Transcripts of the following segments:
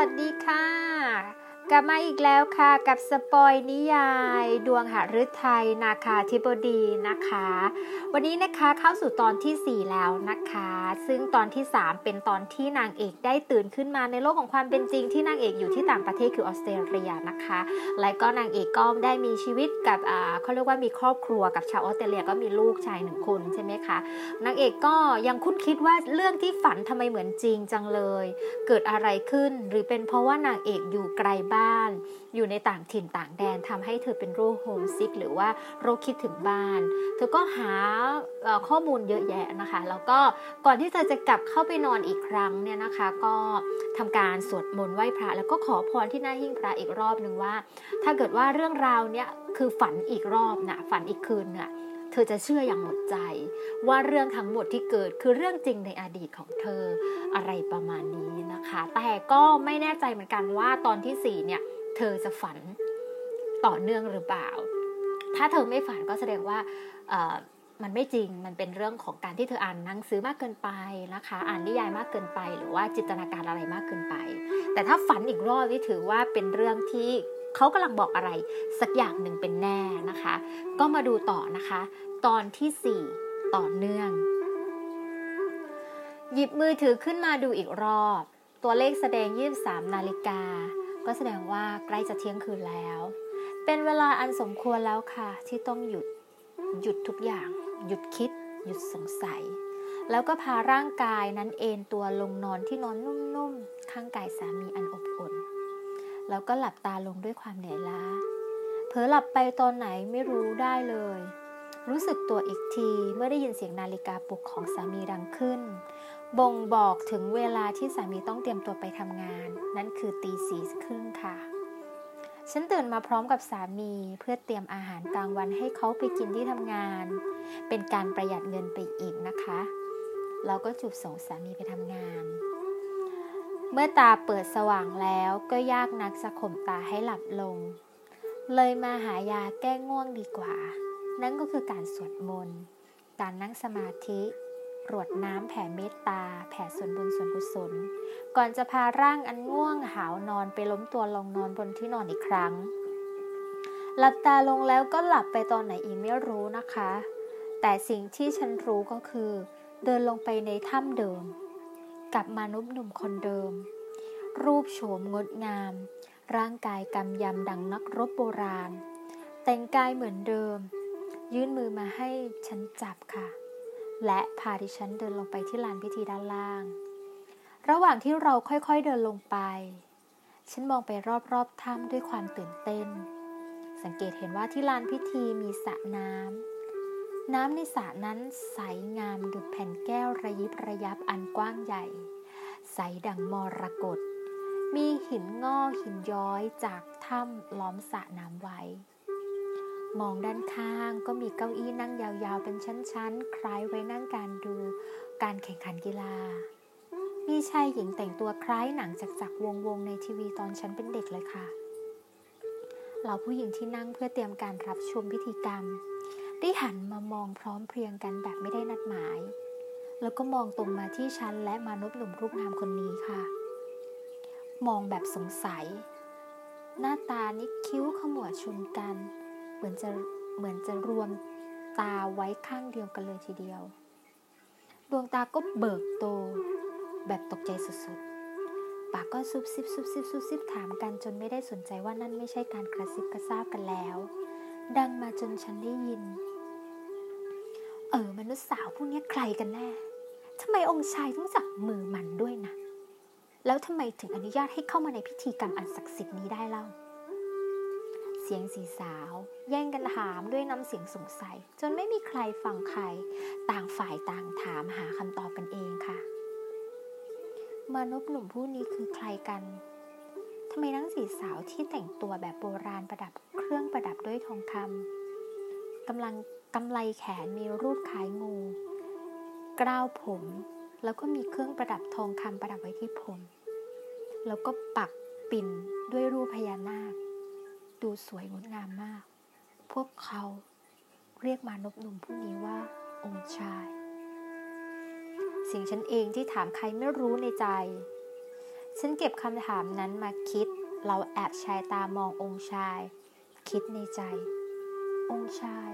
วัสดีค่ะกลับมาอีกแล้วค่ะกับสปอยนิยายดวงหฤทัยนาคาธิบดีนะคะวันนี้นะคะเข้าสู่ตอนที่4แล้วนะคะซึ่งตอนที่3เป็นตอนที่นางเอกได้ตื่นขึ้นมาในโลกของความเป็นจริงที่นางเอกอยู่ที่ต่างประเทศคือออสเตรเลียนะคะและก็นางเอกก็ได้มีชีวิตกับเขาเรียกว่ามีครอบครัวกับชาวออสเตรเลียก็มีลูกชาย1คนใช่ไหมคะนางเอกก็ยังคุ้นคิดว่าเรื่องที่ฝันทำไมเหมือนจริงจังเลยเกิดอะไรขึ้นหรือเป็นเพราะว่านางเอกอยู่ไกลบ้านอยู่ในต่างถิ่นต่างแดนทำให้เธอเป็นโรคโฮมซิกหรือว่าโรคคิดถึงบ้านเธอก็หาข้อมูลเยอะแยะนะคะแล้วก็ก่อนที่เธอจะกลับเข้าไปนอนอีกครั้งเนี่ยนะคะก็ทำการสวดมนต์ไหว้พระแล้วก็ขอพรที่หน้าหิ้งพระอีกรอบนึงว่าถ้าเกิดว่าเรื่องราวเนี้ยคือฝันอีกรอบนะฝันอีกคืนเนี่ยเธอจะเชื่ออย่างหมดใจว่าเรื่องทั้งหมดที่เกิดคือเรื่องจริงในอดีตของเธออะไรประมาณนี้นะคะแต่ก็ไม่แน่ใจเหมือนกันว่าตอนที่4เนี่ยเธอจะฝันต่อเนื่องหรือเปล่าถ้าเธอไม่ฝันก็แสดงว่ามันไม่จริงมันเป็นเรื่องของการที่เธออ่านหนังสือมากเกินไปนะคะอ่านนิยายมากเกินไปหรือว่าจินตนาการอะไรมากเกินไปแต่ถ้าฝันอีกรอบนี่ถือว่าเป็นเรื่องที่เขากำลังบอกอะไรสักอย่างหนึ่งเป็นแน่นะคะก็มาดูต่อนะคะตอนที่4ต่อเนื่องหยิบมือถือขึ้นมาดูอีกรอบตัวเลขแสดง 23 นาฬิกาก็แสดงว่าใกล้จะเที่ยงคืนแล้วเป็นเวลาอันสมควรแล้วค่ะที่ต้องหยุดทุกอย่างหยุดคิดหยุดสงสัยแล้วก็พาร่างกายนั้นเอนตัวลงนอนที่นอนนุ่มๆข้างกายสามีอันอบอุ่นแล้วก็หลับตาลงด้วยความเหนื่อยล้าเผลอหลับไปตอนไหนไม่รู้ได้เลยรู้สึกตัวอีกทีเมื่อได้ยินเสียงนาฬิกาปลุกของสามีดังขึ้นบ่งบอกถึงเวลาที่สามีต้องเตรียมตัวไปทำงานนั่นคือ 4:30 ค่ะฉันตื่นมาพร้อมกับสามีเพื่อเตรียมอาหารกลางวันให้เขาไปกินที่ทำงานเป็นการประหยัดเงินไปอีกนะคะเราก็จูบส่งสามีไปทำงานเมื่อตาเปิดสว่างแล้วก็ยากนักจะข่มตาให้หลับลงเลยมาหายาแก้ง่วงดีกว่านั่นก็คือการสวดมนต์การนั่งสมาธิรวดน้ำแผ่เมตตาแผ่ส่วนบุญส่วนกุศลก่อนจะพาร่างอันง่วงหาวนอนไปล้มตัวลงนอนบนที่นอนอีกครั้งหลับตาลงแล้วก็หลับไปตอนไหนอีกไม่รู้นะคะแต่สิ่งที่ฉันรู้ก็คือเดินลงไปในถ้ำเดิมกับมนุษย์หนุ่มคนเดิมรูปโฉมงดงามร่างกายกำยำดังนักรบโบราณแต่งกายเหมือนเดิมยื่นมือมาให้ฉันจับค่ะและพาดิฉันเดินลงไปที่ลานพิธีด้านล่างระหว่างที่เราค่อยๆเดินลงไปฉันมองไปรอบๆถ้ำด้วยความตื่นเต้นสังเกตเห็นว่าที่ลานพิธีมีสระน้ำในสระนั้นใสงามดุจแผ่นแก้วระยิบระยับอันกว้างใหญ่ใสดังมรกตมีหินงอกหินย้อยจากถ้ำล้อมสระน้ำไว้มองด้านข้างก็มีเก้าอี้นั่งยาวๆเป็นชั้นๆคล้ายไว้นั่งการดูการแข่งขันกีฬามีชายหญิงแต่งตัวคล้ายหนังจากวงในทีวีตอนฉันเป็นเด็กเลยค่ะเหล่าผู้หญิงที่นั่งเพื่อเตรียมการรับชมพิธีกรรมได้หันมามองพร้อมเพรียงกันแบบไม่ได้นัดหมายแล้วก็มองตรงมาที่ฉันและมนุษย์หนุ่มรูปงามคนนี้ค่ะมองแบบสงสัยหน้าตานี่คิ้วขมวดชนกันเหมือนจะรวมตาไว้ข้างเดียวกันเลยทีเดียวดวงตาก็เบิกโตแบบตกใจสุดๆปากก็ซุบซิบถามกันจนไม่ได้สนใจว่านั่นไม่ใช่การกระซิบกระซาบกันแล้วดังมาจนฉันได้ยินมนุษย์สาวพวกนี้ใครกันแน่ทำไมองค์ชายต้องจับมือมันด้วยนะแล้วทำไมถึงอนุญาตให้เข้ามาในพิธีกรรมอันศักดิ์สิทธิ์นี้ได้เล่าเสียงสี่สาวแย่งกันถามด้วยน้ำเสียงสงสัยจนไม่มีใครฟังใครต่างฝ่ายต่างถามหาคำตอบกันเองค่ะมนุษย์หนุ่มผู้นี้คือใครกันทำไมทั้งสี่สาวที่แต่งตัวแบบโบราณประดับเครื่องประดับด้วยทองคำกำไลแขนมีรูปคล้ายงูกล้าวผมแล้วก็มีเครื่องประดับทองคำประดับไว้ที่ผมแล้วก็ปักปิ่นด้วยรูปพญานาคดูสวยงดงามมากพวกเขาเรียกมนุษย์หนุ่มผู้นี้ว่าองค์ชายสิ่งฉันเองที่ถามใครไม่รู้ในใจฉันเก็บคำถามนั้นมาคิดเราแอบชายตามององค์ชายคิดในใจองค์ชาย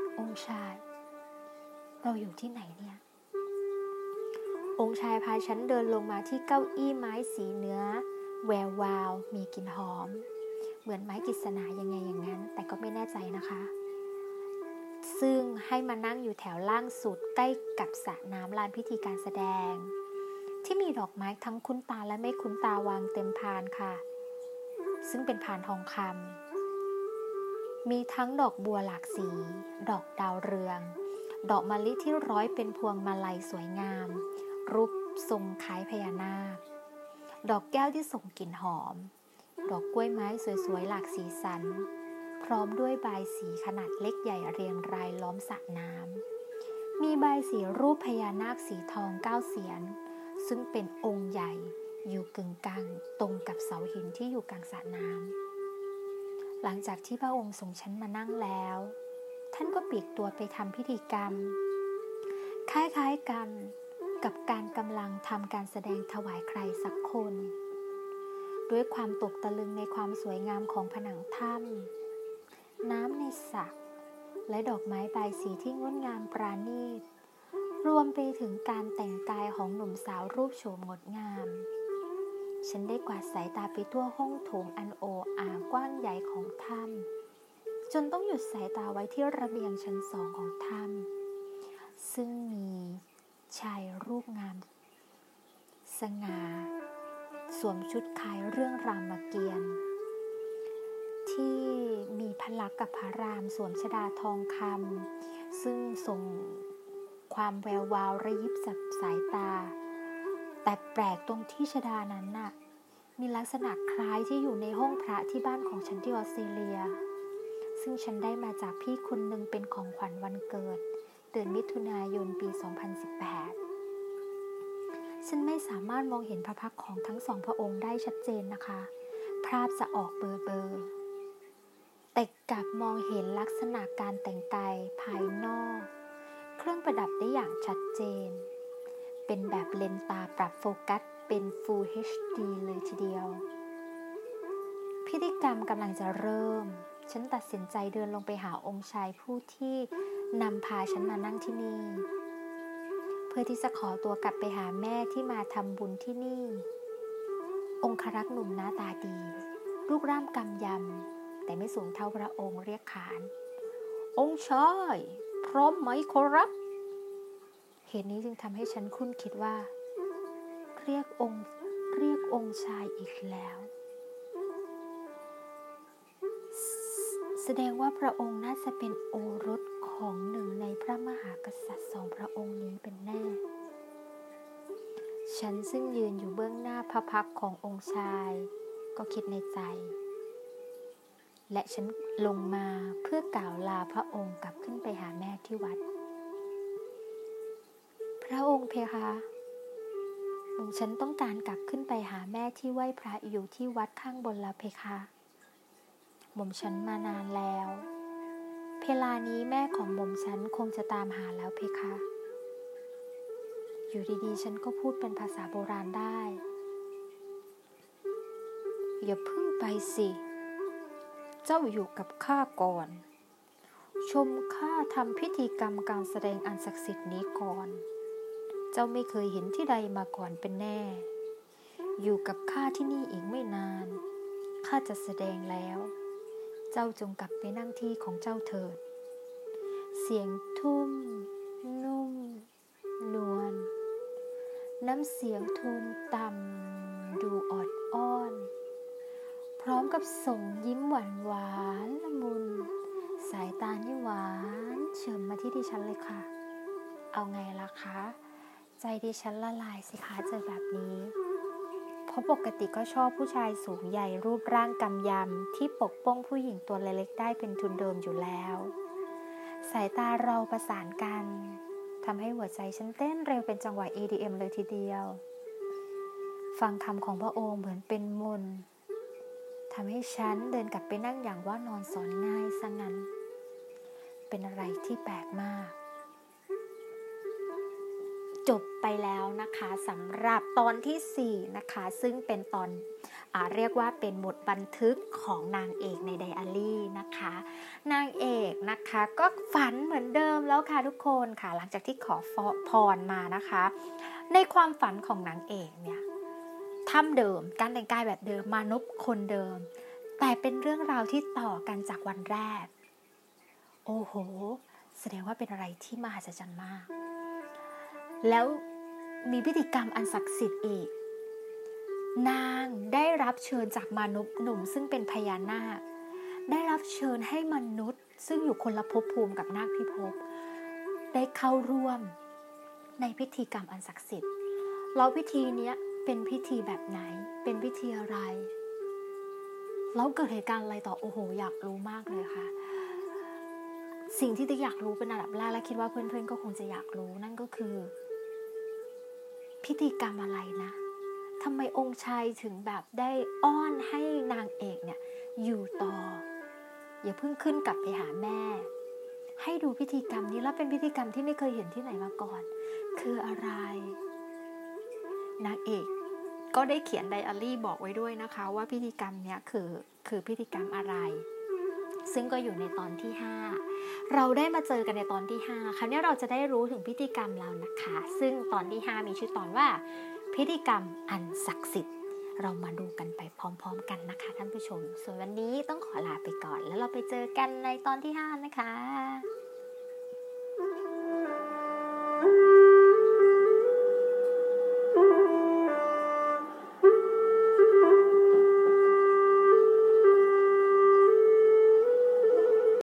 เราอยู่ที่ไหนเนี่ยองค์ชายพาฉันเดินลงมาที่เก้าอี้ไม้สีเนื้อแวววาวมีกลิ่นหอมเหมือนไม้กฤษณายังไงอย่างนั้นแต่ก็ไม่แน่ใจนะคะซึ่งให้มานั่งอยู่แถวล่างสุดใกล้กับสระน้ำลานพิธีการแสดงที่มีดอกไม้ทั้งคุ้นตาและไม่คุ้นตาวางเต็มพานค่ะซึ่งเป็นพานทองคำมีทั้งดอกบัวหลากสีดอกดาวเรืองดอกมะลิที่ร้อยเป็นพวงมาลัยสวยงามรูปทรงคล้ายพญานาคดอกแก้วที่ส่งกลิ่นหอมดอกกล้วยไม้สวยๆหลากสีสันพร้อมด้วยบายสีขนาดเล็กใหญ่เรียงรายล้อมสระน้ำมีบายสีรูปพญานาคสีทอง9 เสียนซึ่งเป็นองค์ใหญ่อยู่กึ่งกลางตรงกับเสาหินที่อยู่กลางสระน้ำหลังจากที่พระองค์ทรงฉันมานั่งแล้วท่านก็ปลีกตัวไปทำพิธีกรรมคล้ายๆกันกับการกำลังทำการแสดงถวายใครสักคนด้วยความตกตะลึงในความสวยงามของผนังถ้ำน้ำในสระและดอกไม้บายสีที่งดงามปราณีตรวมไปถึงการแต่งกายของหนุ่มสาวรูปโฉมงดงามฉันได้กวาดสายตาไปทั่วห้องโถงอันโออาากว้างใหญ่ของถ้ำจนต้องหยุดสายตาไว้ที่ระเบียงชั้น2ของถ้ำซึ่งมีชายรูปงามสง่าสวมชุดคล้ายเรื่องรามเกียรติ์ที่มีพลักษ์กับพระรามสวมชฎาทองคำซึ่งส่งความแวววาวระยิบจับสายตาแต่แปลกตรงที่ชฎานั้นน่ะมีลักษณะคล้ายที่อยู่ในห้องพระที่บ้านของฉันที่ออสเตรเลียซึ่งฉันได้มาจากพี่คนหนึ่งเป็นของขวัญวันเกิดเดือนมิถุนายนปี 2018 ฉันไม่สามารถมองเห็นพระพักตร์ของทั้งสองพระองค์ได้ชัดเจนนะคะภาพจะออกเบลอแต่กลับมองเห็นลักษณะการแต่งกายภายนอกเครื่องประดับได้อย่างชัดเจนเป็นแบบเลนส์ตาปรับโฟกัสเป็น Full HD เลยทีเดียวพิธีกรรมกำลังจะเริ่มฉันตัดสินใจเดินลงไปหาองค์ชายผู้ที่นำพาฉันมานั่งที่นี่เพื่อที่จะขอตัวกลับไปหาแม่ที่มาทำบุญที่นี่องครักษ์หนุ่มหน้าตาดีรูปร่างกำยำแต่ไม่สูงเท่าพระองค์เรียกขานองค์ชายพร้อมไหมขอรับเหตุนี้จึงทำให้ฉันคุ้นคิดว่าเรียกองค์ชายอีกแล้วแสดงว่าพระองค์น่าจะเป็นโอรสของหนึ่งในพระมหากษัตริย์2 พระองค์นี้เป็นแน่ฉันซึ่งยืนอยู่เบื้องหน้าพระพักตร์ขององค์ชายก็คิดในใจและฉันลงมาเพื่อกล่าวลาพระองค์กลับขึ้นไปหาแม่ที่วัดพระองค์เพคะหม่อมฉันต้องการกลับขึ้นไปหาแม่ที่ไหว้พระอยู่ที่วัดข้างบนแล้วเพคะหม่อมฉันมานานแล้วเวลานี้แม่ของหม่อมฉันคงจะตามหาแล้วเพคะอยู่ดีๆฉันก็พูดเป็นภาษาโบราณได้อย่าเพิ่งไปสิเจ้าอยู่กับข้าก่อนชมข้าทำพิธีกรรมการแสดงอันศักดิ์สิทธิ์นี้ก่อนเจ้าไม่เคยเห็นที่ใดมาก่อนเป็นแน่อยู่กับข้าที่นี่อีกไม่นานข้าจะแสดงแล้วเจ้าจงกลับไปนั่งที่ของเจ้าเถิดเสียงทุ่มนุ่มนวลน้ำเสียงทูลต่ำดูออดอ้อนพร้อมกับส่งยิ้มหวานละมุนสายตานี่หวานเฉื่อยมาที่ดิฉันเลยค่ะเอาไงล่ะคะใจดิฉันละลายสิคะเจอแบบนี้เพราะปกติก็ชอบผู้ชายสูงใหญ่รูปร่างกำยำที่ปกป้องผู้หญิงตัวเล็กๆได้เป็นทุนเดิมอยู่แล้วสายตาเราประสานกันทำให้หัวใจฉันเต้นเร็วเป็นจังหวะ EDM เลยทีเดียวฟังคำของพระองค์เหมือนเป็นมนต์ทำให้ฉันเดินกลับไปนั่งอย่างว่านอนสอนง่ายซะงั้นเป็นอะไรที่แปลกมากจบไปแล้วนะคะสำหรับตอนที่4นะคะซึ่งเป็นตอนเรียกว่าเป็นบทบันทึกของนางเอกในไดอารี่นะคะนางเอกนะคะก็ฝันเหมือนเดิมแล้วค่ะทุกคนค่ะหลังจากที่ขอพรมานะคะในความฝันของนางเอกเนี่ยถ้ำเดิมการแต่งกายแบบเดิมมนุษย์คนเดิมแต่เป็นเรื่องราวที่ต่อกันจากวันแรกโอ้โหแสดงว่าเป็นอะไรที่มหัศจรรย์มากแล้วมีพิธีกรรมอันศักดิ์สิทธิ์อีกนางได้รับเชิญจากมนุษย์หนุ่มซึ่งเป็นพญานาคได้รับเชิญให้มนุษย์ซึ่งอยู่คนละภพภูมิกับนาคพิภพได้เข้าร่วมในพิธีกรรมอันศักดิ์สิทธิ์แล้วพิธีนี้เป็นพิธีแบบไหนเป็นพิธีอะไรแล้วเกิดเหตุการณ์อะไรต่อโอ้โหอยากรู้มากเลยค่ะสิ่งที่ติ๊กอยากรู้เป็นอันดับแรกและคิดว่าเพื่อนๆก็คงจะอยากรู้นั่นก็คือพิธีกรรมอะไรนะทำไมองค์ชายถึงแบบได้อ้อนให้นางเอกเนี่ยอยู่ต่ออย่าเพิ่งขึ้นกลับไปหาแม่ให้ดูพิธีกรรมนี้แล้วเป็นพิธีกรรมที่ไม่เคยเห็นที่ไหนมาก่อนคืออะไรนางเอกก็ได้เขียนไดอารี่บอกไว้ด้วยนะคะว่าพิธีกรรมเนี้ยคือพิธีกรรมอะไรซึ่งก็อยู่ในตอนที่5เราได้มาเจอกันในตอนที่5คราวนี้เราจะได้รู้ถึงพิธีกรรมแล้วนะคะซึ่งตอนที่5มีชื่อตอนว่าพิธีกรรมอันศักดิ์สิทธิ์เรามาดูกันไปพร้อมๆกันนะคะท่านผู้ชมส่วนวันนี้ต้องขอลาไปก่อนแล้วเราไปเจอกันในตอนที่5นะคะ